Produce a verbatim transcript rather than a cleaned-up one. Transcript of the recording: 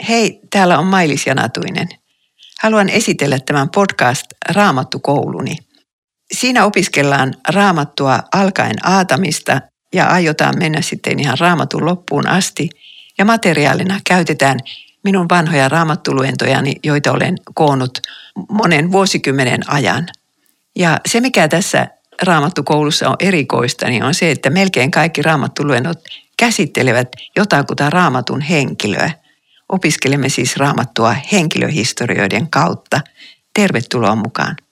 Hei, täällä on Mailis Janatuinen. Haluan esitellä tämän podcast Raamattukouluni. Siinä opiskellaan Raamattua alkaen Aatamista ja aiotaan mennä sitten ihan Raamatun loppuun asti. Ja materiaalina käytetään minun vanhoja raamattuluentojani, joita olen koonnut monen vuosikymmenen ajan. Ja se, mikä tässä Raamattukoulussa on erikoista, niin on se, että melkein kaikki raamattuluennot käsittelevät jotakuta Raamatun henkilöä. Opiskelemme siis Raamattua henkilöhistorioiden kautta. Tervetuloa mukaan.